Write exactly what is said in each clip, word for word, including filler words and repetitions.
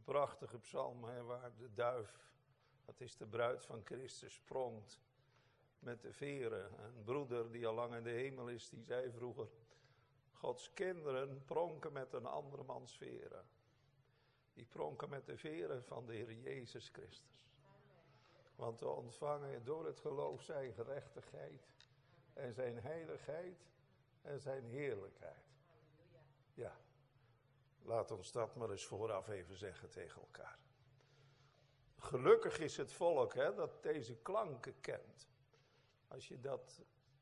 prachtige psalm, hè, waar de duif, dat is de bruid van Christus, pronkt met de veren. Een broeder die al lang in de hemel is, die zei vroeger, Gods kinderen pronken met een andermans veren. Die pronken met de veren van de Heer Jezus Christus. Want we ontvangen door het geloof zijn gerechtigheid en zijn heiligheid en zijn heerlijkheid. Ja, laat ons dat maar eens vooraf even zeggen tegen elkaar. Gelukkig is het volk, hè, dat deze klanken kent. Als je dat,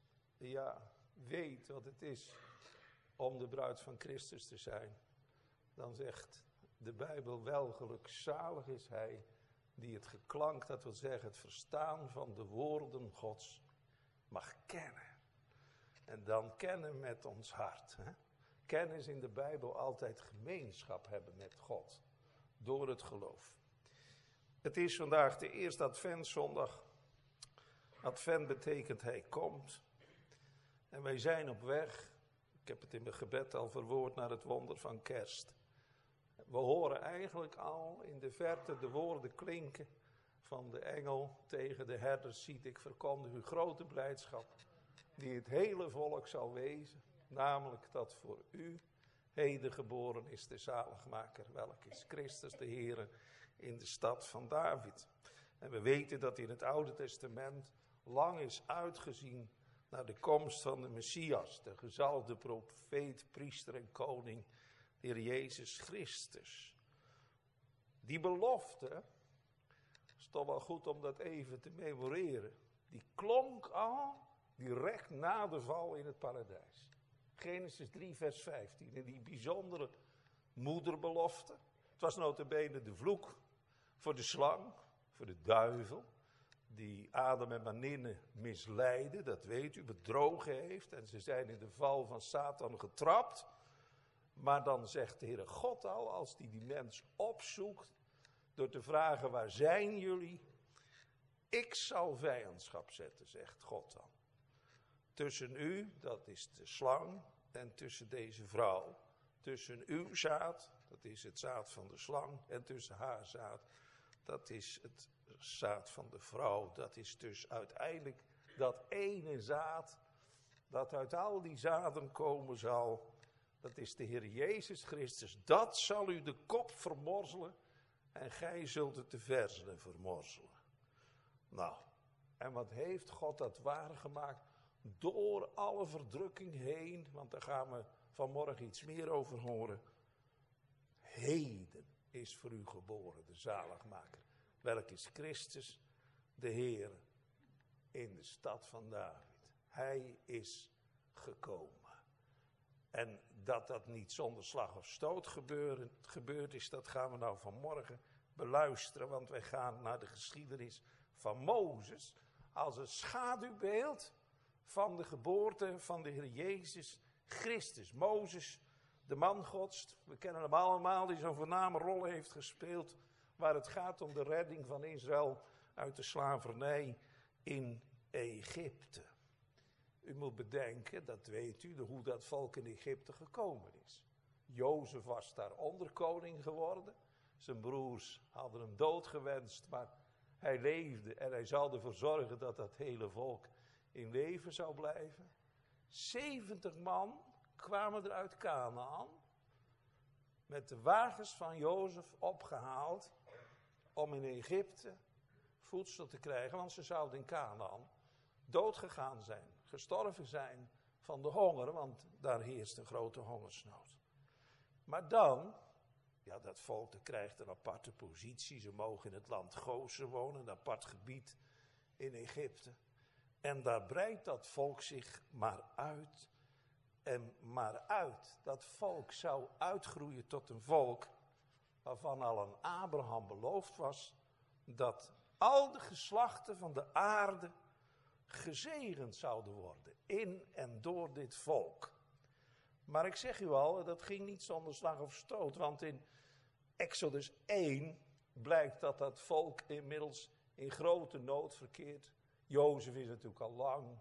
ja, weet wat het is om de bruid van Christus te zijn, dan zegt de Bijbel wel gelukzalig is hij die het geklank, dat wil zeggen het verstaan van de woorden Gods, mag kennen. En dan kennen met ons hart. Hè? Kennen is in de Bijbel altijd gemeenschap hebben met God, door het geloof. Het is vandaag de eerste Adventszondag. Advent betekent hij komt. En wij zijn op weg, ik heb het in mijn gebed al verwoord, naar het wonder van kerst. We horen eigenlijk al in de verte de woorden klinken van de engel tegen de herders. Ziet, ik verkondig uw grote blijdschap, die het hele volk zal wezen. Namelijk dat voor u heden geboren is de zaligmaker, welk is Christus de Heere in de stad van David. En we weten dat in het Oude Testament lang is uitgezien naar de komst van de Messias, de gezalfde profeet, priester en koning, de Heer Jezus Christus. Die belofte, is toch wel goed om dat even te memoreren, die klonk al direct na de val in het paradijs. Genesis drie vers vijftien, en die bijzondere moederbelofte. Het was nota bene de vloek voor de slang, voor de duivel, die Adam en Maninne misleidde, dat weet u, bedrogen heeft. En ze zijn in de val van Satan getrapt. Maar dan zegt de Heere God al, als hij die mens opzoekt, door te vragen, waar zijn jullie? Ik zal vijandschap zetten, zegt God dan. Tussen u, dat is de slang, en tussen deze vrouw. Tussen uw zaad, dat is het zaad van de slang, en tussen haar zaad, dat is het zaad van de vrouw. Dat is dus uiteindelijk dat ene zaad, dat uit al die zaden komen zal. Dat is de Heer Jezus Christus. Dat zal u de kop vermorzelen en gij zult het de versenen vermorzelen. Nou, en wat heeft God dat waargemaakt? Door alle verdrukking heen, want daar gaan we vanmorgen iets meer over horen. Heden is voor u geboren de zaligmaker. Welk is Christus, de Heer, in de stad van David. Hij is gekomen. En dat dat niet zonder slag of stoot gebeuren, gebeurd is, dat gaan we nou vanmorgen beluisteren. Want wij gaan naar de geschiedenis van Mozes als een schaduwbeeld van de geboorte van de Heer Jezus Christus. Mozes, de man Gods, we kennen hem allemaal, die zo'n voorname rol heeft gespeeld, waar het gaat om de redding van Israël uit de slavernij in Egypte. U moet bedenken, dat weet u, hoe dat volk in Egypte gekomen is. Jozef was daar onderkoning geworden. Zijn broers hadden hem doodgewenst, maar hij leefde en hij zal ervoor zorgen dat dat hele volk in leven zou blijven. zeventig man kwamen er uit Kanaan, met de wagens van Jozef opgehaald, om in Egypte voedsel te krijgen, want ze zouden in Kanaan doodgegaan zijn, gestorven zijn van de honger, want daar heerst een grote hongersnood. Maar dan, ja, dat volk krijgt een aparte positie, ze mogen in het land Gozen wonen, een apart gebied in Egypte. En daar breidt dat volk zich maar uit en maar uit. Dat volk zou uitgroeien tot een volk waarvan al aan Abraham beloofd was dat al de geslachten van de aarde gezegend zouden worden in en door dit volk. Maar ik zeg u al, dat ging niet zonder slag of stoot, want in Exodus één blijkt dat dat volk inmiddels in grote nood verkeert. Jozef is natuurlijk al lang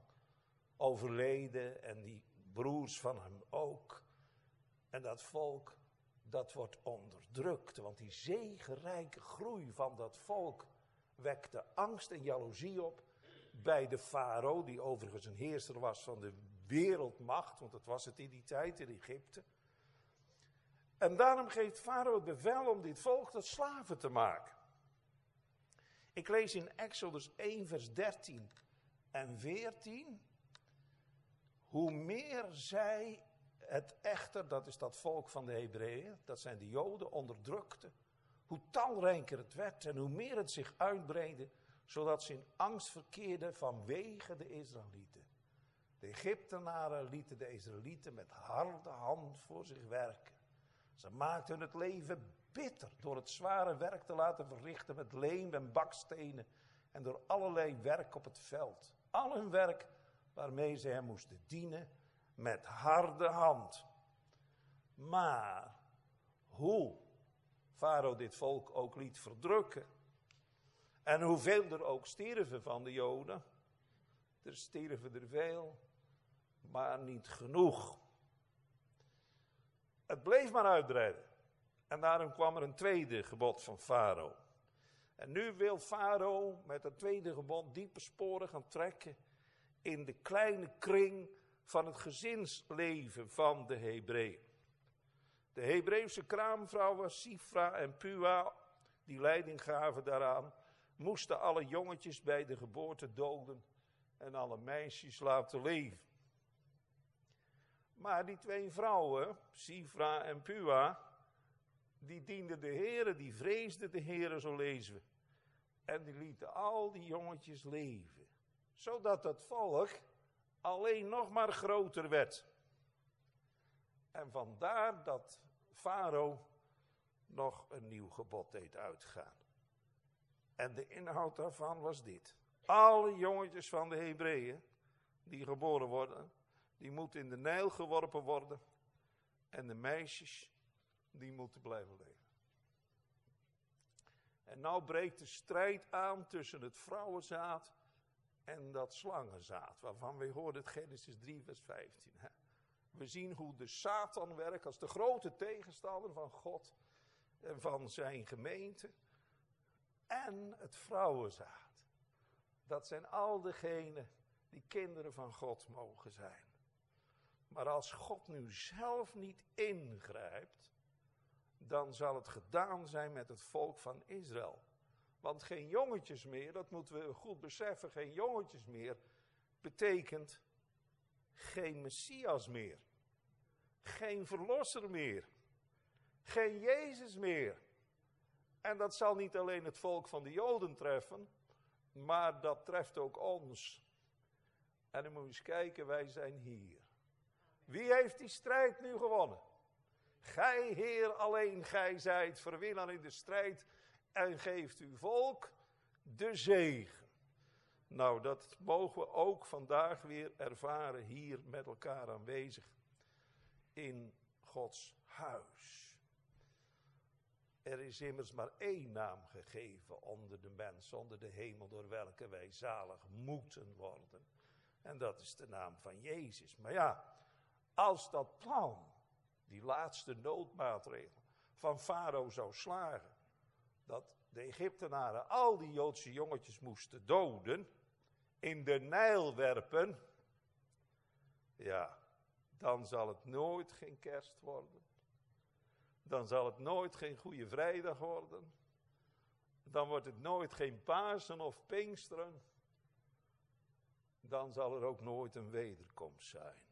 overleden en die broers van hem ook. En dat volk dat wordt onderdrukt. Want die zegenrijke groei van dat volk wekte angst en jaloezie op bij de farao, die overigens een heerser was van de wereldmacht, want dat was het in die tijd in Egypte. En daarom geeft farao het bevel om dit volk tot slaven te maken. Ik lees in Exodus één vers dertien en veertien. Hoe meer zij het echter, dat is dat volk van de Hebreeën, dat zijn de Joden, onderdrukten, hoe talrijker het werd en hoe meer het zich uitbreidde, zodat ze in angst verkeerden vanwege de Israëlieten. De Egyptenaren lieten de Israëlieten met harde hand voor zich werken. Ze maakten het leven bitter door het zware werk te laten verrichten met leem en bakstenen en door allerlei werk op het veld. Al hun werk waarmee ze hem moesten dienen met harde hand. Maar hoe farao dit volk ook liet verdrukken en hoeveel er ook stierven van de Joden, er stierven er veel, maar niet genoeg. Het bleef maar uitbreiden. En daarom kwam er een tweede gebod van farao. En nu wil farao met het tweede gebod diepe sporen gaan trekken in de kleine kring van het gezinsleven van de Hebreeën. De Hebreeuwse kraamvrouwen Sifra en Pua, die leiding gaven daaraan, moesten alle jongetjes bij de geboorte doden en alle meisjes laten leven. Maar die twee vrouwen, Sifra en Pua, die dienden de Heere, die vreesden de Heere, zo lezen we. En die lieten al die jongetjes leven. Zodat het volk alleen nog maar groter werd. En vandaar dat farao nog een nieuw gebod deed uitgaan. En de inhoud daarvan was dit. Alle jongetjes van de Hebreeën die geboren worden, die moeten in de Nijl geworpen worden. En de meisjes, die moeten blijven leven. En nou breekt de strijd aan tussen het vrouwenzaad en dat slangenzaad. Waarvan we hoorden het Genesis drie vers vijftien. Hè? We zien hoe de Satan werkt als de grote tegenstander van God en van zijn gemeente. En het vrouwenzaad. Dat zijn al degenen die kinderen van God mogen zijn. Maar als God nu zelf niet ingrijpt, dan zal het gedaan zijn met het volk van Israël. Want geen jongetjes meer, dat moeten we goed beseffen, geen jongetjes meer betekent geen Messias meer. Geen verlosser meer. Geen Jezus meer. En dat zal niet alleen het volk van de Joden treffen, maar dat treft ook ons. En dan moet je eens kijken, wij zijn hier. Wie heeft die strijd nu gewonnen? Gij, Heer, alleen gij zijt verwinnaar in de strijd en geeft uw volk de zegen. Nou, dat mogen we ook vandaag weer ervaren hier met elkaar aanwezig in Gods huis. Er is immers maar één naam gegeven onder de mens, onder de hemel, door welke wij zalig moeten worden. En dat is de naam van Jezus. Maar ja, als dat plan, die laatste noodmaatregel van farao zou slagen, dat de Egyptenaren al die Joodse jongetjes moesten doden, in de Nijl werpen, ja, dan zal het nooit geen kerst worden. Dan zal het nooit geen Goede Vrijdag worden. Dan wordt het nooit geen Pasen of Pinksteren. Dan zal er ook nooit een wederkomst zijn.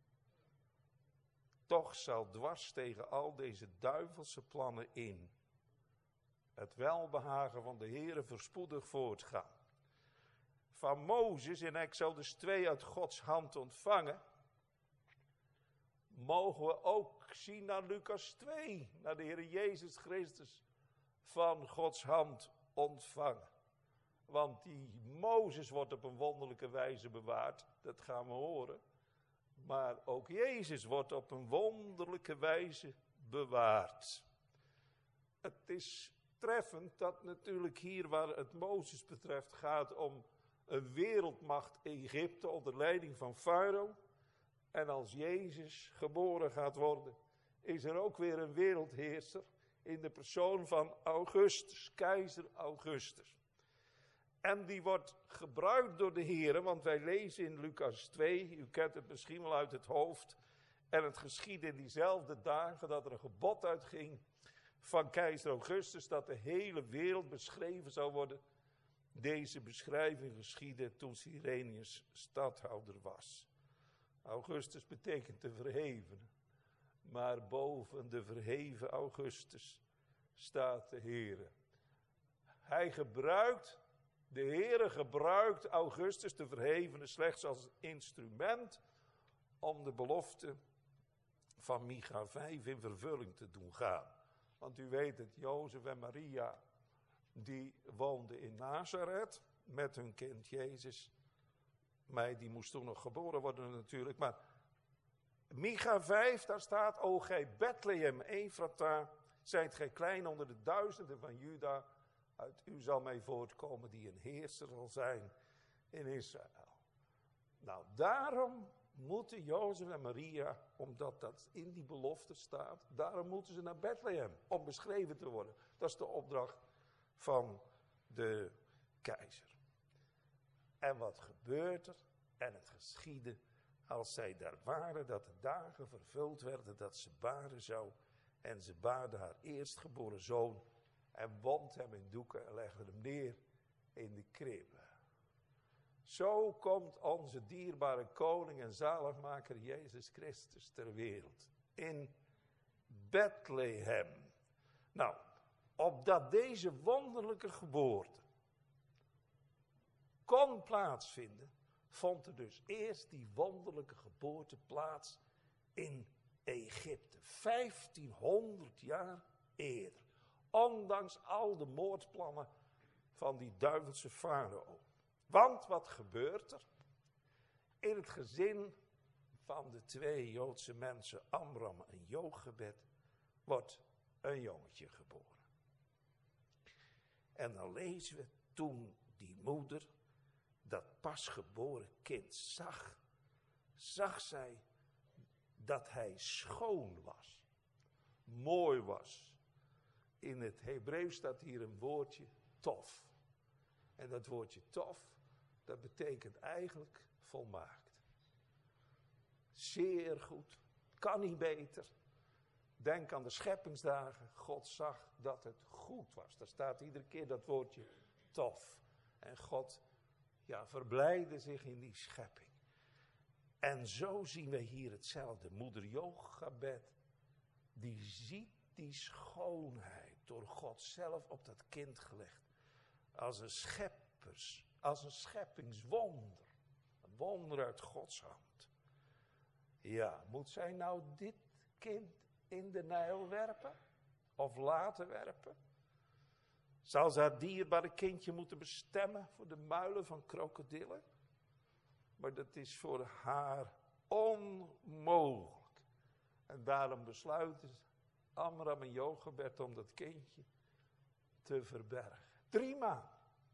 Toch zal dwars tegen al deze duivelse plannen in het welbehagen van de Heere voorspoedig voortgaan. Van Mozes in Exodus twee uit Gods hand ontvangen, mogen we ook zien naar Lucas twee, naar de Heer Jezus Christus van Gods hand ontvangen. Want die Mozes wordt op een wonderlijke wijze bewaard, dat gaan we horen. Maar ook Jezus wordt op een wonderlijke wijze bewaard. Het is treffend dat natuurlijk hier waar het Mozes betreft gaat om een wereldmacht Egypte onder leiding van farao. En als Jezus geboren gaat worden is er ook weer een wereldheerser in de persoon van Augustus, keizer Augustus. En die wordt gebruikt door de Heer, want wij lezen in Lucas twee, u kent het misschien wel uit het hoofd, en het geschiedde in diezelfde dagen dat er een gebod uitging van keizer Augustus, dat de hele wereld beschreven zou worden. Deze beschrijving geschiedde toen Cyrenius stadhouder was. Augustus betekent de verhevene, maar boven de verheven Augustus staat de Heere. Hij gebruikt, de Heere gebruikt Augustus, de verhevene, slechts als instrument om de belofte van Micha vijf in vervulling te doen gaan. Want u weet het, Jozef en Maria, die woonden in Nazareth met hun kind Jezus. Maar die moest toen nog geboren worden natuurlijk. Maar Micha vijf, daar staat, o gij Bethlehem Ephrata, zijt gij klein onder de duizenden van Juda. Uit u zal mij voortkomen die een heerser zal zijn in Israël. Nou, daarom moeten Jozef en Maria, omdat dat in die belofte staat, daarom moeten ze naar Bethlehem om beschreven te worden. Dat is de opdracht van de keizer. En wat gebeurt er? En het geschiedde als zij daar waren, dat de dagen vervuld werden dat ze baren zou. En ze baarde haar eerstgeboren zoon en wond hem in doeken en legde hem neer in de kribbe. Zo komt onze dierbare koning en zaligmaker Jezus Christus ter wereld. In Bethlehem. Nou, opdat deze wonderlijke geboorte kon plaatsvinden, vond er dus eerst die wonderlijke geboorte plaats in Egypte. vijftienhonderd jaar eerder. Ondanks al de moordplannen van die duivelse farao. Want wat gebeurt er? In het gezin van de twee Joodse mensen, Amram en Jochebed, wordt een jongetje geboren. En dan lezen we, toen die moeder dat pasgeboren kind zag, zag zij dat hij schoon was, mooi was. In het Hebreeuws staat hier een woordje tof. En dat woordje tof, dat betekent eigenlijk volmaakt. Zeer goed, kan niet beter. Denk aan de scheppingsdagen. God zag dat het goed was. Daar staat iedere keer dat woordje tof. En God, ja, verblijde zich in die schepping. En zo zien we hier hetzelfde. Moeder Jochebed, die ziet die schoonheid door God zelf op dat kind gelegd. Als een scheppers, als een scheppingswonder. Een wonder uit Gods hand. Ja, moet zij nou dit kind in de Nijl werpen? Of laten werpen? Zal ze haar dierbare kindje moeten bestemmen voor de muilen van krokodillen? Maar dat is voor haar onmogelijk. En daarom besluiten Amram en Jochebed om dat kindje te verbergen. Drie maanden.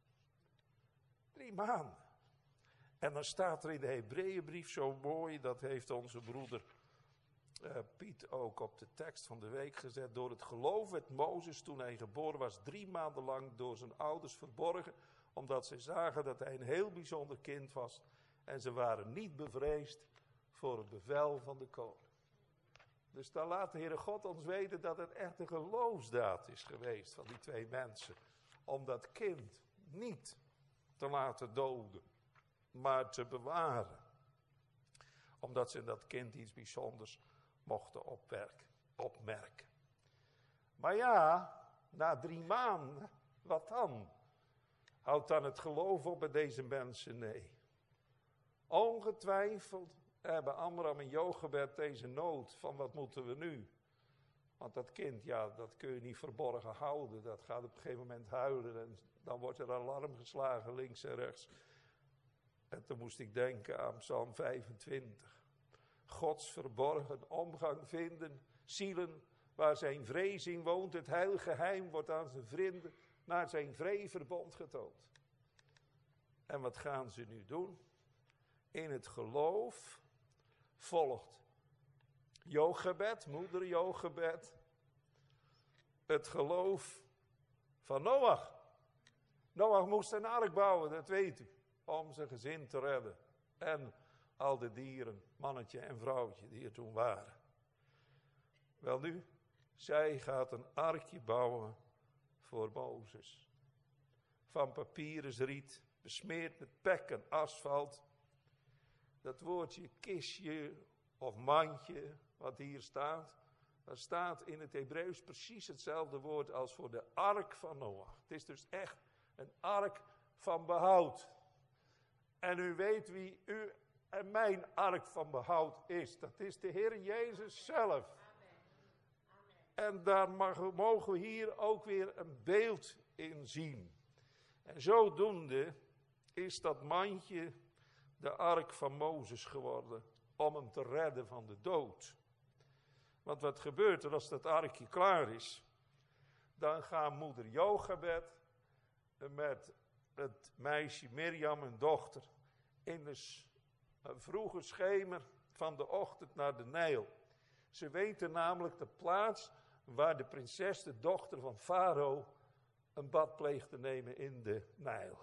Drie maanden. En dan staat er in de Hebreeënbrief zo mooi, dat heeft onze broeder uh, Piet ook op de tekst van de week gezet. Door het geloof werd Mozes, toen hij geboren was, drie maanden lang door zijn ouders verborgen, omdat ze zagen dat hij een heel bijzonder kind was. En ze waren niet bevreesd voor het bevel van de koning. Dus dan laat de Heere God ons weten dat het echt een geloofsdaad is geweest van die twee mensen. Om dat kind niet te laten doden, maar te bewaren. Omdat ze in dat kind iets bijzonders mochten opwerken, opmerken. Maar ja, na drie maanden, wat dan? Houdt dan het geloof op bij deze mensen? Nee. Ongetwijfeld hebben Amram en Jochebed deze nood van wat moeten we nu? Want dat kind, ja, dat kun je niet verborgen houden. Dat gaat op een gegeven moment huilen en dan wordt er alarm geslagen links en rechts. En toen moest ik denken aan Psalm vijfentwintig. Gods verborgen omgang vinden, zielen waar zijn vrees in woont. Het heil geheim wordt aan zijn vrienden naar zijn vreeverbond getoond. En wat gaan ze nu doen? In het geloof volgt Jochebed, moeder Jochebed. Het geloof van Noach. Noach moest een ark bouwen, dat weet u. Om zijn gezin te redden. En al de dieren, mannetje en vrouwtje die er toen waren. Welnu, zij gaat een arkje bouwen voor Mozes. Van papyrusriet, besmeerd met pek en asfalt. Dat woordje kistje of mandje, wat hier staat, dat staat in het Hebreeuws precies hetzelfde woord als voor de ark van Noach. Het is dus echt een ark van behoud. En u weet wie u en mijn ark van behoud is. Dat is de Heer Jezus zelf. Amen. En daar mag, mogen we hier ook weer een beeld in zien. En zodoende is dat mandje de ark van Mozes geworden. Om hem te redden van de dood. Want wat gebeurt er als dat arkje klaar is? Dan gaan moeder Jochebed met het meisje Mirjam, een dochter, in de vroege schemer van de ochtend naar de Nijl. Ze weten namelijk de plaats waar de prinses, de dochter van Farao, een bad pleegt te nemen in de Nijl.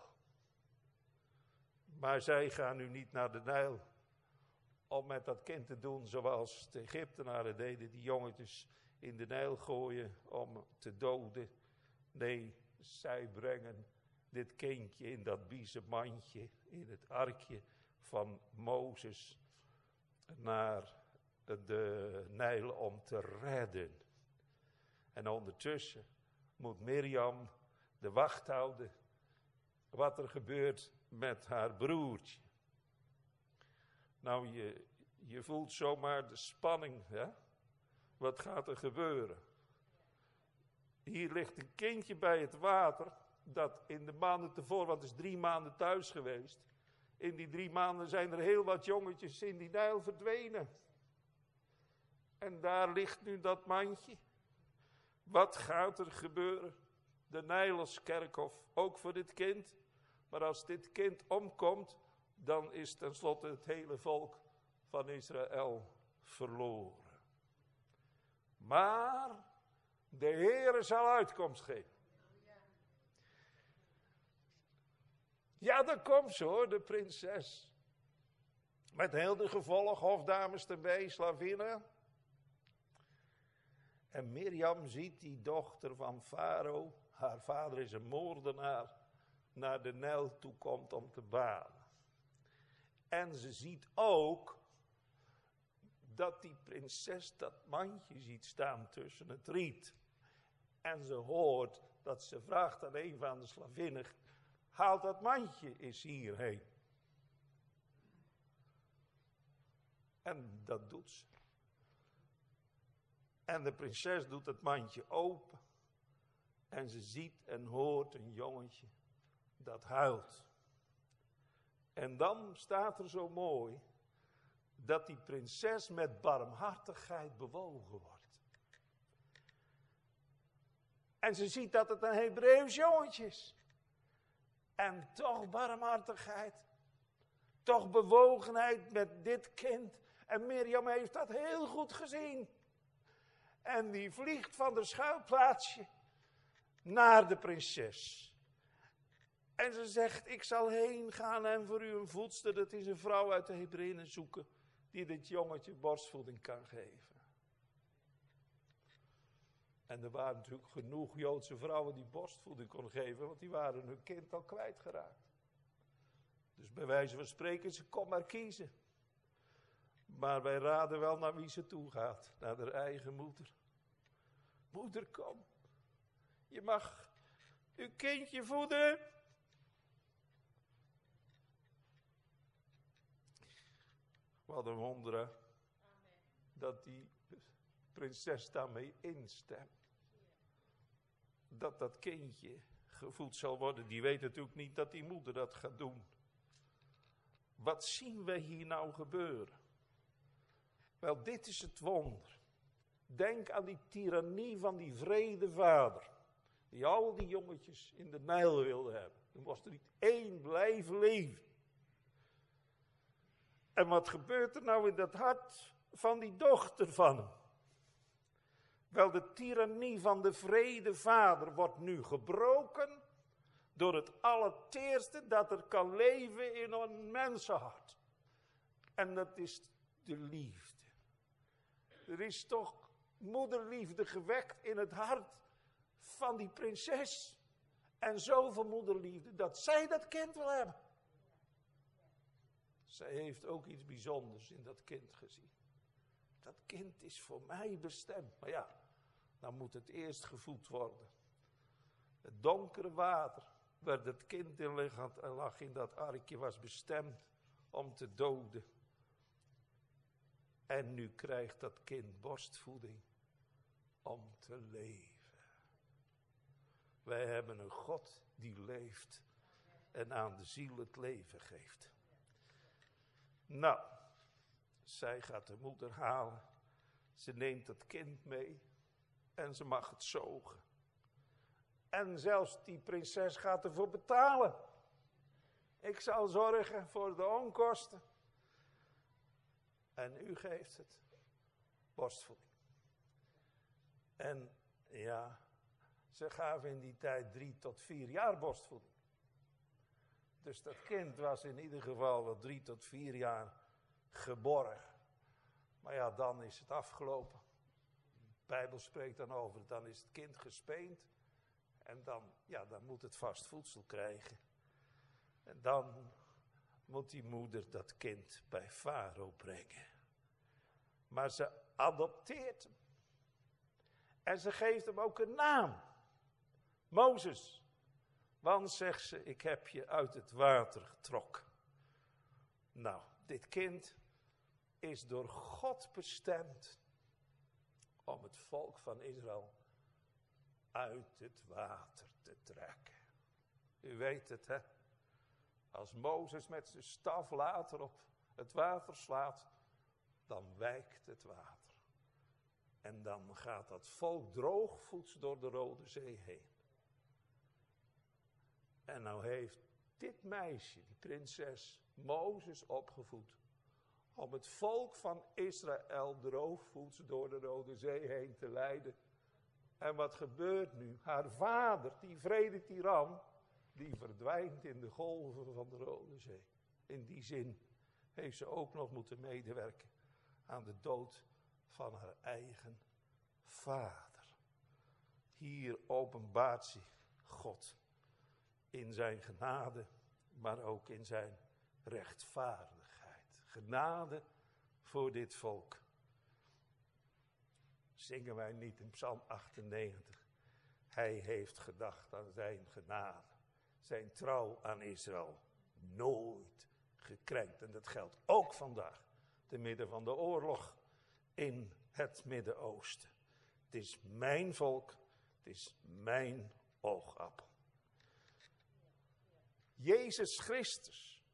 Maar zij gaan nu niet naar de Nijl om met dat kind te doen zoals de Egyptenaren deden, die jongetjes in de Nijl gooien om te doden. Nee, zij brengen dit kindje in dat biezenmandje, in het arkje van Mozes, naar de Nijl om te redden. En ondertussen moet Mirjam de wacht houden wat er gebeurt met haar broertje. Nou, je, je voelt zomaar de spanning, hè? Wat gaat er gebeuren? Hier ligt een kindje bij het water, dat in de maanden tevoren, want het is drie maanden thuis geweest. In die drie maanden zijn er heel wat jongetjes in die Nijl verdwenen. En daar ligt nu dat mandje. Wat gaat er gebeuren? De Nijl als kerkhof, ook voor dit kind. Maar als dit kind omkomt, dan is tenslotte het hele volk van Israël verloren. Maar de Heere zal uitkomst geven. Ja, dan komt ze hoor, de prinses. Met heel de gevolg, hofdames erbij, slavinnen. En Mirjam ziet die dochter van Farao, haar vader is een moordenaar, naar de Nijl toe komt om te baden. En ze ziet ook dat die prinses dat mandje ziet staan tussen het riet. En ze hoort dat ze vraagt aan een van de slavinnen, haal dat mandje eens hierheen. En dat doet ze. En de prinses doet het mandje open. En ze ziet en hoort een jongetje dat huilt. En dan staat er zo mooi dat die prinses met barmhartigheid bewogen wordt. En ze ziet dat het een Hebreeuws jongetje is. En toch barmhartigheid. Toch bewogenheid met dit kind. En Mirjam heeft dat heel goed gezien. En die vliegt van de schuilplaatsje naar de prinses. En ze zegt, ik zal heen gaan en voor u een voedster, dat is een vrouw uit de Hebreeën, zoeken, die dit jongetje borstvoeding kan geven. En er waren natuurlijk genoeg Joodse vrouwen die borstvoeding konden geven, want die waren hun kind al kwijtgeraakt. Dus bij wijze van spreken, ze kon maar kiezen. Maar wij raden wel naar wie ze toe gaat, naar haar eigen moeder. Moeder, kom. Je mag uw kindje voeden. Wat een wonder, hè? Dat die prinses daarmee instemt. Dat dat kindje gevoed zal worden. Die weet natuurlijk niet dat die moeder dat gaat doen. Wat zien we hier nou gebeuren? Wel, dit is het wonder. Denk aan die tirannie van die vrede vader. Die al die jongetjes in de Nijl wilde hebben. Er moest er niet één blijven leven. En wat gebeurt er nou in dat hart van die dochter van hem. Wel, de tirannie van de vrede vader wordt nu gebroken door het allerteerste dat er kan leven in een mensenhart. En dat is de liefde. Er is toch moederliefde gewekt in het hart van die prinses. En zoveel moederliefde dat zij dat kind wil hebben. Zij heeft ook iets bijzonders in dat kind gezien. Dat kind is voor mij bestemd. Maar ja, dan moet het eerst gevoed worden. Het donkere water waar het kind in lag in dat arkje was bestemd om te doden. En nu krijgt dat kind borstvoeding om te leven. Wij hebben een God die leeft en aan de ziel het leven geeft. Nou, zij gaat de moeder halen. Ze neemt het kind mee en ze mag het zogen. En zelfs die prinses gaat ervoor betalen. Ik zal zorgen voor de onkosten. En u geeft het borstvoeding. En ja, ze gaven in die tijd drie tot vier jaar borstvoeding. Dus dat kind was in ieder geval wel drie tot vier jaar geborgen. Maar ja, dan is het afgelopen. De Bijbel spreekt dan over, dan is het kind gespeend. En dan, ja, dan moet het vast voedsel krijgen. En dan moet die moeder dat kind bij Farao brengen. Maar ze adopteert hem. En ze geeft hem ook een naam. Mozes. Want, zegt ze, ik heb je uit het water getrokken. Nou, dit kind is door God bestemd om het volk van Israël uit het water te trekken. U weet het, hè? Als Mozes met zijn staf later op het water slaat, dan wijkt het water. En dan gaat dat volk droogvoets door de Rode Zee heen. En nou heeft dit meisje, die prinses, Mozes opgevoed om het volk van Israël droogvoets door de Rode Zee heen te leiden. En wat gebeurt nu? Haar vader, die vrede tiran, die verdwijnt in de golven van de Rode Zee. In die zin heeft ze ook nog moeten medewerken aan de dood van haar eigen vader. Hier openbaart zich God in zijn genade, maar ook in zijn rechtvaardigheid. Genade voor dit volk. Zingen wij niet in Psalm achtennegentig. Hij heeft gedacht aan zijn genade. Zijn trouw aan Israël. Nooit gekrenkt. En dat geldt ook vandaag. Te midden van de oorlog in het Midden-Oosten. Het is mijn volk. Het is mijn oogappel. Jezus Christus.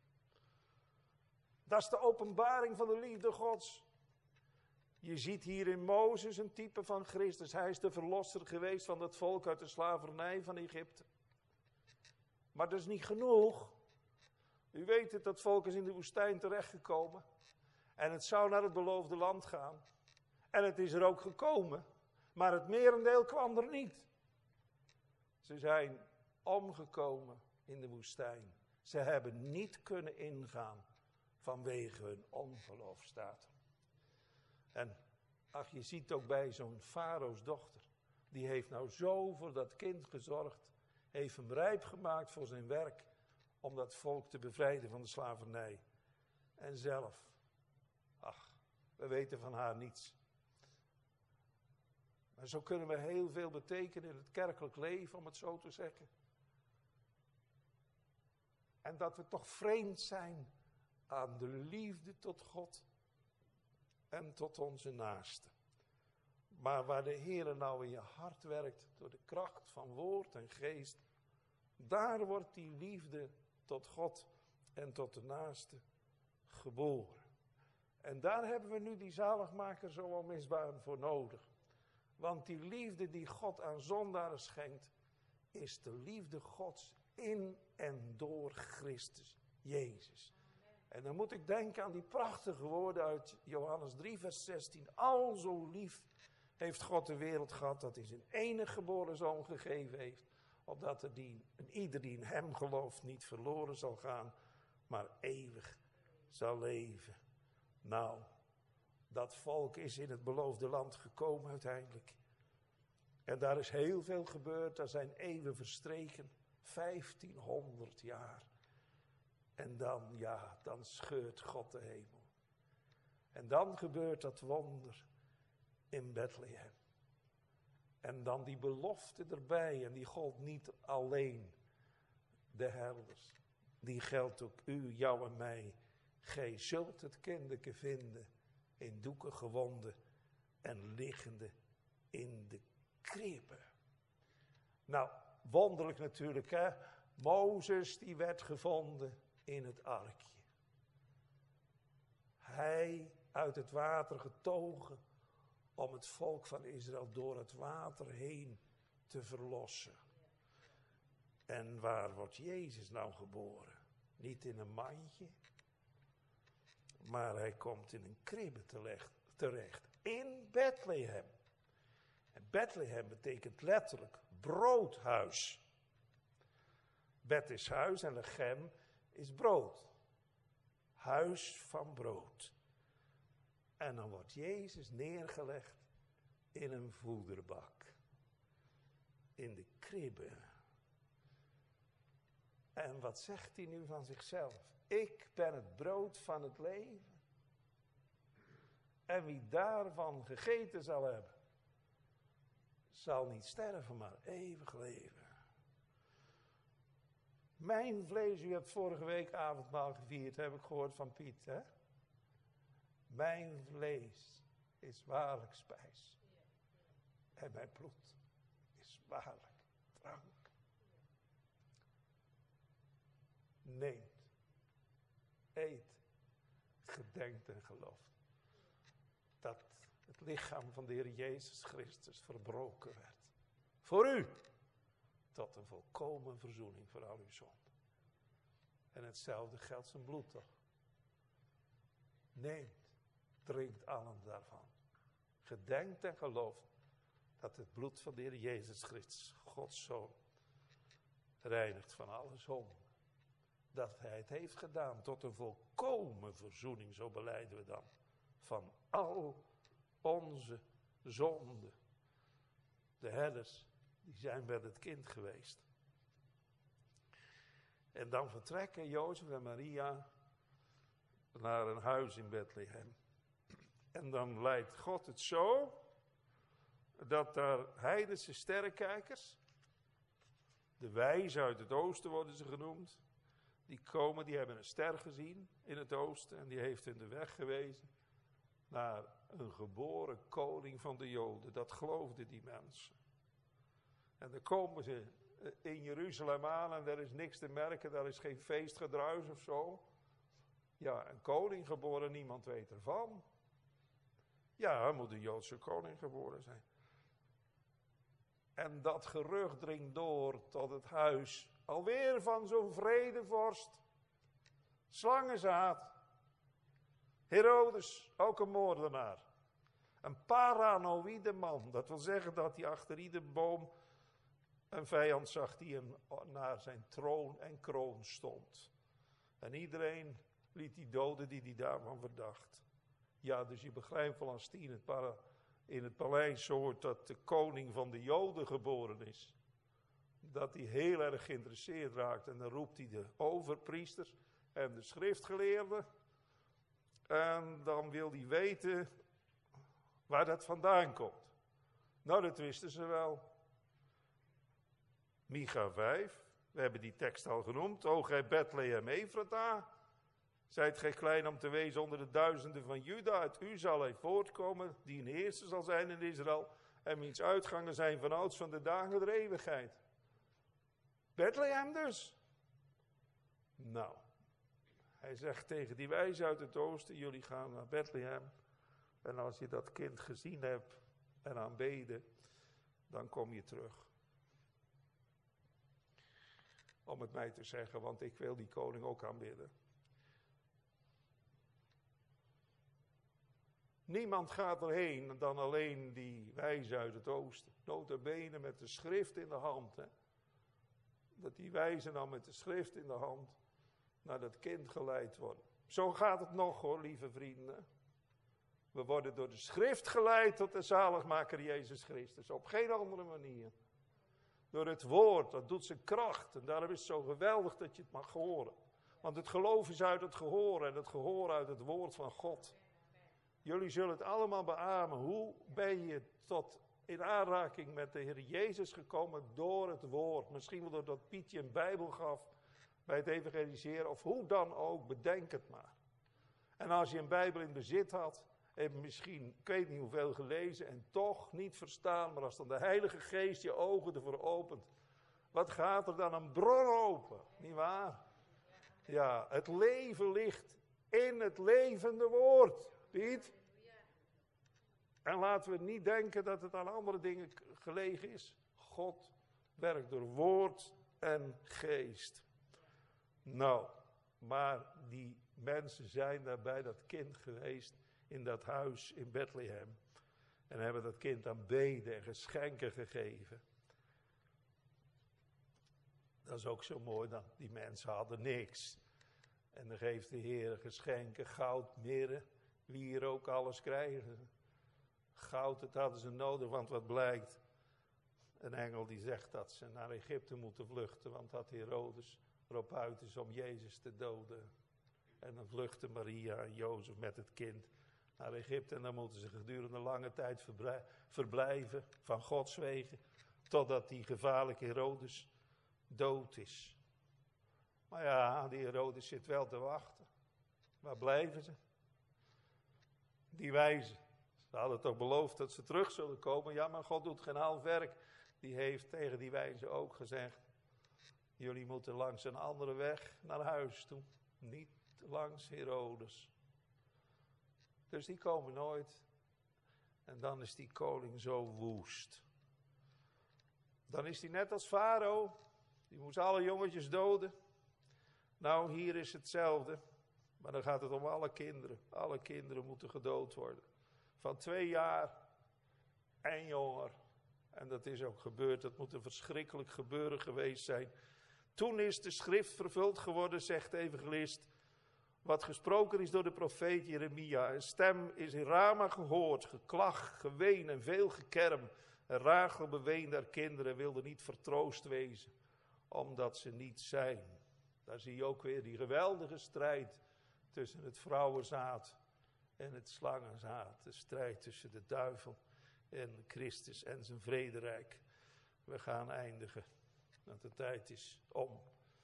Dat is de openbaring van de liefde Gods. Je ziet hier in Mozes een type van Christus. Hij is de verlosser geweest van het volk uit de slavernij van Egypte. Maar dat is niet genoeg. U weet het, dat volk is in de woestijn terechtgekomen. En het zou naar het beloofde land gaan. En het is er ook gekomen. Maar het merendeel kwam er niet. Ze zijn omgekomen in de woestijn. Ze hebben niet kunnen ingaan vanwege hun ongeloof, staat er. En ach, je ziet ook bij zo'n Farao's dochter. Die heeft nou zo voor dat kind gezorgd. Heeft hem rijp gemaakt voor zijn werk. Om dat volk te bevrijden van de slavernij. En zelf. Ach, we weten van haar niets. Maar zo kunnen we heel veel betekenen in het kerkelijk leven, om het zo te zeggen. En dat we toch vreemd zijn aan de liefde tot God en tot onze naasten. Maar waar de Heer nou in je hart werkt, door de kracht van woord en geest, daar wordt die liefde tot God en tot de naaste geboren. En daar hebben we nu die zaligmaker zo onmisbaar voor nodig. Want die liefde die God aan zondaren schenkt, is de liefde Gods in en door Christus Jezus. En dan moet ik denken aan die prachtige woorden uit Johannes drie, vers zestien. Al zo lief heeft God de wereld gehad dat hij zijn enige geboren zoon gegeven heeft. Opdat er die, en ieder die in hem gelooft niet verloren zal gaan, maar eeuwig zal leven. Nou, dat volk is in het beloofde land gekomen uiteindelijk. En daar is heel veel gebeurd, daar zijn eeuwen verstreken. vijftienhonderd jaar. En dan, ja, dan scheurt God de hemel. En dan gebeurt dat wonder in Bethlehem. En dan die belofte erbij. En die gold niet alleen de herders. Die geldt ook u, jou en mij. Gij zult het kinderke vinden in doeken gewonden en liggende in de kribbe. Nou, wonderlijk natuurlijk, hè. Mozes die werd gevonden in het arkje. Hij uit het water getogen om het volk van Israël door het water heen te verlossen. En waar wordt Jezus nou geboren? Niet in een mandje, maar hij komt in een kribbe terecht. In Bethlehem. En Bethlehem betekent letterlijk broodhuis. Bet is huis en lechem is brood. Huis van brood. En dan wordt Jezus neergelegd in een voederbak. In de kribbe. En wat zegt hij nu van zichzelf? Ik ben het brood van het leven. En wie daarvan gegeten zal hebben, zal niet sterven, maar eeuwig leven. Mijn vlees, u hebt vorige week avondmaal gevierd, heb ik gehoord van Piet, hè? Mijn vlees is waarlijk spijs. En mijn bloed is waarlijk drank. Neemt, eet, gedenkt en gelooft dat het lichaam van de Heer Jezus Christus verbroken werd. Voor u. Tot een volkomen verzoening voor al uw zonden. En hetzelfde geldt zijn bloed toch. Neemt, drinkt allen daarvan. Gedenkt en gelooft dat het bloed van de Heer Jezus Christus, Gods Zoon, reinigt van alle zonden. Dat hij het heeft gedaan tot een volkomen verzoening, zo belijden we dan, van al onze zonden. De herders, die zijn bij het kind geweest. En dan vertrekken Jozef en Maria naar een huis in Bethlehem. En dan leidt God het zo, dat daar heidense sterrenkijkers, de wijzen uit het oosten worden ze genoemd, die komen, die hebben een ster gezien in het oosten en die heeft hun de weg gewezen naar een geboren koning van de Joden. Dat geloofden die mensen. En dan komen ze in Jeruzalem aan en er is niks te merken, daar is geen feestgedruis of zo. Ja, een koning geboren, niemand weet ervan. Ja, er moet een Joodse koning geboren zijn. En dat gerucht dringt door tot het huis, alweer van zo'n vredevorst. Slangenzaad. Herodes, ook een moordenaar. Een paranoïde man. Dat wil zeggen dat hij achter ieder boom een vijand zag die hem naar zijn troon en kroon stond. En iedereen liet die doden die hij daarvan verdacht. Ja, dus je begrijpt wel als die in het, para, in het paleis hoort dat de koning van de Joden geboren is. Dat hij heel erg geïnteresseerd raakt. En dan roept hij de overpriesters en de schriftgeleerden. En dan wil hij weten waar dat vandaan komt. Nou, dat wisten ze wel. Micha vijf, we hebben die tekst al genoemd. O gij Bethlehem Efrata, zijt gij klein om te wezen onder de duizenden van Juda. Uit u zal hij voortkomen, die een heerser zal zijn in Israël. En wiens uitgangen zijn van ouds van de dagen der eeuwigheid. Bethlehem dus. Nou, hij zegt tegen die wijzen uit het oosten, jullie gaan naar Bethlehem. En als je dat kind gezien hebt en aanbeden, dan kom je terug. Om het mij te zeggen, want ik wil die koning ook aanbidden. Niemand gaat erheen dan alleen die wijze uit het oosten. Nota bene met de schrift in de hand. Hè? Dat die wijzen dan met de schrift in de hand naar dat kind geleid worden. Zo gaat het nog hoor, lieve vrienden. We worden door de schrift geleid tot de zaligmaker Jezus Christus. Op geen andere manier. Door het woord, dat doet zijn kracht. En daarom is het zo geweldig dat je het mag horen. Want het geloof is uit het gehoor en het gehoor uit het woord van God. Jullie zullen het allemaal beamen. Hoe ben je tot in aanraking met de Heer Jezus gekomen? Door het woord. Misschien wel doordat Pietje een Bijbel gaf bij het evangeliseren. Of hoe dan ook, bedenk het maar. En als je een Bijbel in bezit had, en misschien, ik weet niet hoeveel gelezen en toch niet verstaan. Maar als dan de Heilige Geest je ogen ervoor opent. Wat gaat er dan een bron open? Niet waar? Ja, het leven ligt in het levende woord. Piet? En laten we niet denken dat het aan andere dingen gelegen is. God werkt door woord en geest. Nou, maar die mensen zijn daar bij dat kind geweest in dat huis in Bethlehem. En hebben dat kind aanbeden en geschenken gegeven. Dat is ook zo mooi dan. Die mensen hadden niks. En dan geeft de Heer geschenken, goud, mirre, wie hier ook alles krijgen. Goud, dat hadden ze nodig, want wat blijkt? Een engel die zegt dat ze naar Egypte moeten vluchten, want dat Herodes erop uit is om Jezus te doden. En dan vluchten Maria en Jozef met het kind naar Egypte. En dan moeten ze gedurende lange tijd verblijven van Gods wegen, totdat die gevaarlijke Herodes dood is. Maar ja, die Herodes zit wel te wachten. Waar blijven ze? Die wijzen. Ze hadden toch beloofd dat ze terug zullen komen. Ja, maar God doet geen half werk. Die heeft tegen die wijzen ook gezegd: jullie moeten langs een andere weg naar huis toe. Niet langs Herodes. Dus die komen nooit. En dan is die koning zo woest. Dan is hij net als Farao. Die moest alle jongetjes doden. Nou, hier is hetzelfde. Maar dan gaat het om alle kinderen. Alle kinderen moeten gedood worden. Van twee jaar en jonger. En dat is ook gebeurd. Dat moet een verschrikkelijk gebeuren geweest zijn. Toen is de schrift vervuld geworden, zegt de evangelist. Wat gesproken is door de profeet Jeremia. Een stem is in Rama gehoord. Geklag, geween en veel gekerm. En Rachel beweende haar kinderen, wilde niet vertroost wezen. Omdat ze niet zijn. Daar zie je ook weer die geweldige strijd tussen het vrouwenzaad en het slangenzaad. De strijd tussen de duivel en Christus en zijn vrederijk. We gaan eindigen, want de tijd is om.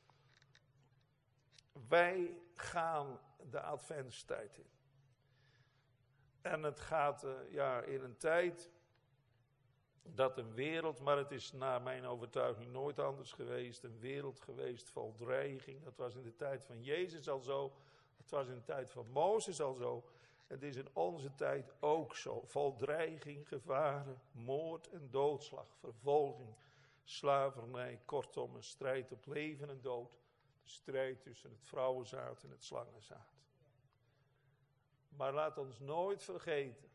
Wij gaan de adventstijd in. En het gaat uh, ja, in een tijd dat een wereld, maar het is naar mijn overtuiging nooit anders geweest, een wereld geweest vol dreiging. Dat was in de tijd van Jezus al zo, het was in de tijd van Mozes al zo. Het is in onze tijd ook zo, vol dreiging, gevaren, moord en doodslag, vervolging, slavernij, kortom een strijd op leven en dood. De strijd tussen het vrouwenzaad en het slangenzaad. Maar laat ons nooit vergeten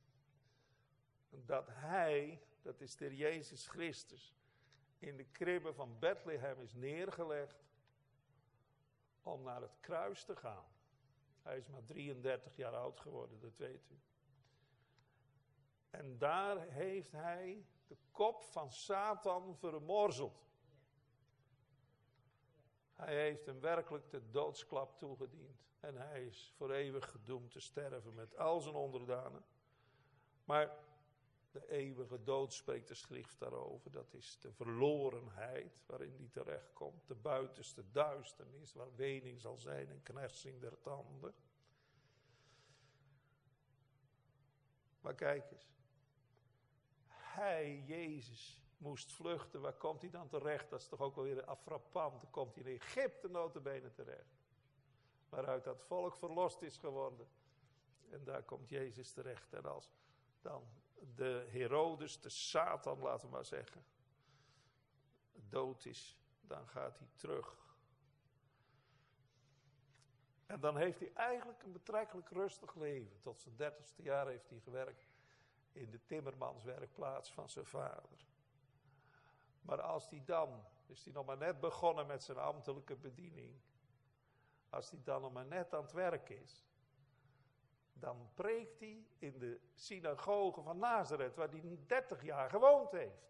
dat hij, dat is de Jezus Christus, in de kribbe van Bethlehem is neergelegd om naar het kruis te gaan. Hij is maar drieëndertig jaar oud geworden, dat weet u. En daar heeft hij de kop van Satan vermorzeld. Hij heeft hem werkelijk de doodsklap toegediend. En hij is voor eeuwig gedoemd te sterven met al zijn onderdanen. Maar de eeuwige dood spreekt de schrift daarover. Dat is de verlorenheid waarin die terechtkomt. De buitenste duisternis waar wening zal zijn en knersing der tanden. Maar kijk eens. Hij, Jezus, moest vluchten. Waar komt hij dan terecht? Dat is toch ook wel weer frappant. Dan komt hij in Egypte notabene terecht. Waaruit dat volk verlost is geworden. En daar komt Jezus terecht. En als dan de Herodes, de Satan, laten we maar zeggen, dood is, dan gaat hij terug En dan heeft hij eigenlijk een betrekkelijk rustig leven. Tot zijn dertigste jaar heeft hij gewerkt in de timmermanswerkplaats van zijn vader. Maar als hij dan, is hij nog maar net begonnen met zijn ambtelijke bediening. Als hij dan nog maar net aan het werk is, dan preekt hij in de synagoge van Nazareth, waar hij dertig jaar gewoond heeft.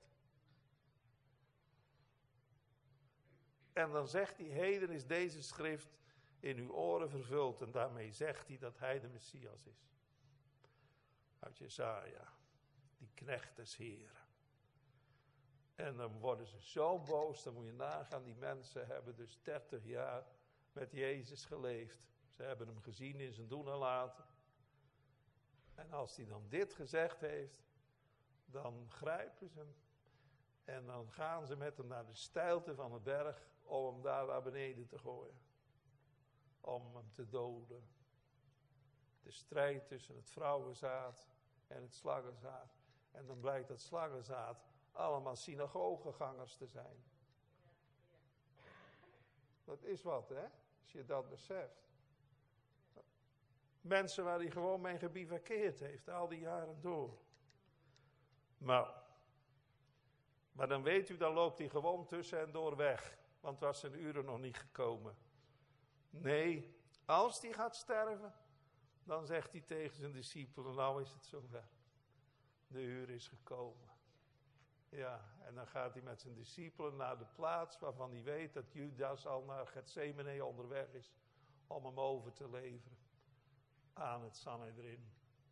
En dan zegt hij, heden is deze schrift in uw oren vervuld. En daarmee zegt hij dat hij de Messias is. Uit Jesaja, die knecht des Heren. En dan worden ze zo boos, dan moet je nagaan, die mensen hebben dus dertig jaar met Jezus geleefd. Ze hebben hem gezien in zijn doen en laten. En als hij dan dit gezegd heeft, dan grijpen ze hem. En dan gaan ze met hem naar de steilte van de berg om hem daar naar beneden te gooien. Om hem te doden. De strijd tussen het vrouwenzaad en het slangenzaad. En dan blijkt dat slangenzaad allemaal synagogegangers te zijn. Dat is wat, hè? Als je dat beseft. Mensen waar hij gewoon mee gebivakkeerd heeft, al die jaren door. Nou, maar dan weet u, dan loopt hij gewoon tussen en door weg. Want was zijn uren nog niet gekomen. Nee, als hij gaat sterven, dan zegt hij tegen zijn discipelen, nou is het zover. De uur is gekomen. Ja, en dan gaat hij met zijn discipelen naar de plaats waarvan hij weet dat Judas al naar Gethsemane onderweg is om hem over te leveren aan het Sanhedrin.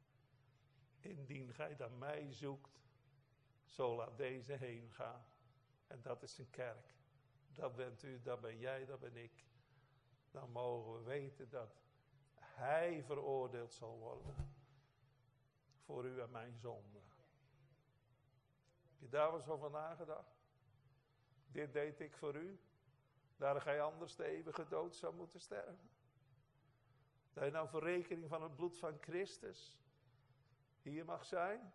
Indien gij dan mij zoekt, zo laat deze heen gaan. En dat is een kerk. Dat bent u, dat ben jij, dat ben ik. Dan mogen we weten dat hij veroordeeld zal worden voor u en mijn zonde. Heb je daar wel eens over nagedacht? Dit deed ik voor u. Daar gij anders de eeuwige dood zou moeten sterven. Dat je nou voor rekening van het bloed van Christus hier mag zijn.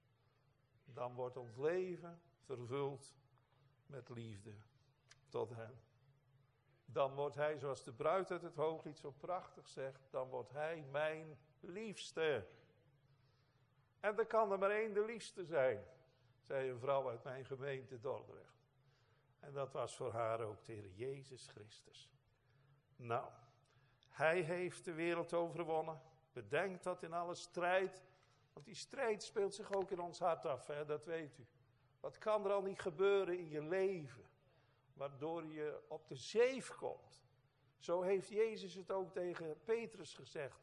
Dan wordt ons leven vervuld met liefde tot hem. Dan wordt hij, zoals de bruid uit het Hooglied zo prachtig zegt, dan wordt hij mijn liefste. En er kan er maar één de liefste zijn, zei een vrouw uit mijn gemeente Dordrecht. En dat was voor haar ook de Heer Jezus Christus. Nou, hij heeft de wereld overwonnen. Bedenk dat in alle strijd. Want die strijd speelt zich ook in ons hart af, hè, dat weet u. Wat kan er al niet gebeuren in je leven, waardoor je op de zeef komt. Zo heeft Jezus het ook tegen Petrus gezegd.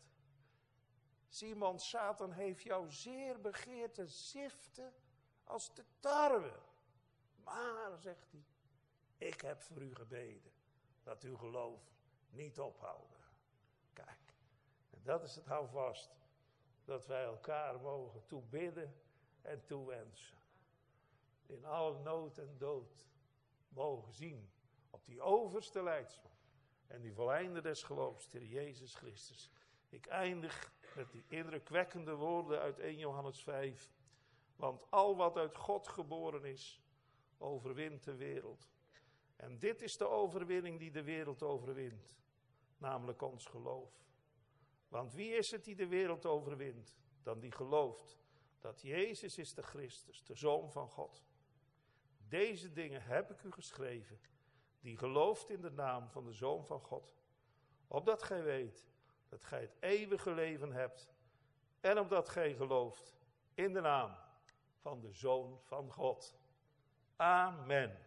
Simon, Satan heeft jou zeer begeerd te ziften als de tarwe. Maar, zegt hij, ik heb voor u gebeden dat uw geloof niet ophouden. Kijk, en dat is het houvast. Dat wij elkaar mogen toebidden en toewensen. In alle nood en dood mogen zien op die overste leidsman. En die volleinder des geloofs, de Heer Jezus Christus. Ik eindig met die indrukwekkende woorden uit eerste Johannes vijf. Want al wat uit God geboren is, overwint de wereld. En dit is de overwinning die de wereld overwint. Namelijk ons geloof. Want wie is het die de wereld overwint? Dan die gelooft dat Jezus is de Christus, de Zoon van God. Deze dingen heb ik u geschreven, die gelooft in de naam van de Zoon van God. Opdat gij weet dat gij het eeuwige leven hebt. En opdat gij gelooft in de naam van de Zoon van God. Amen.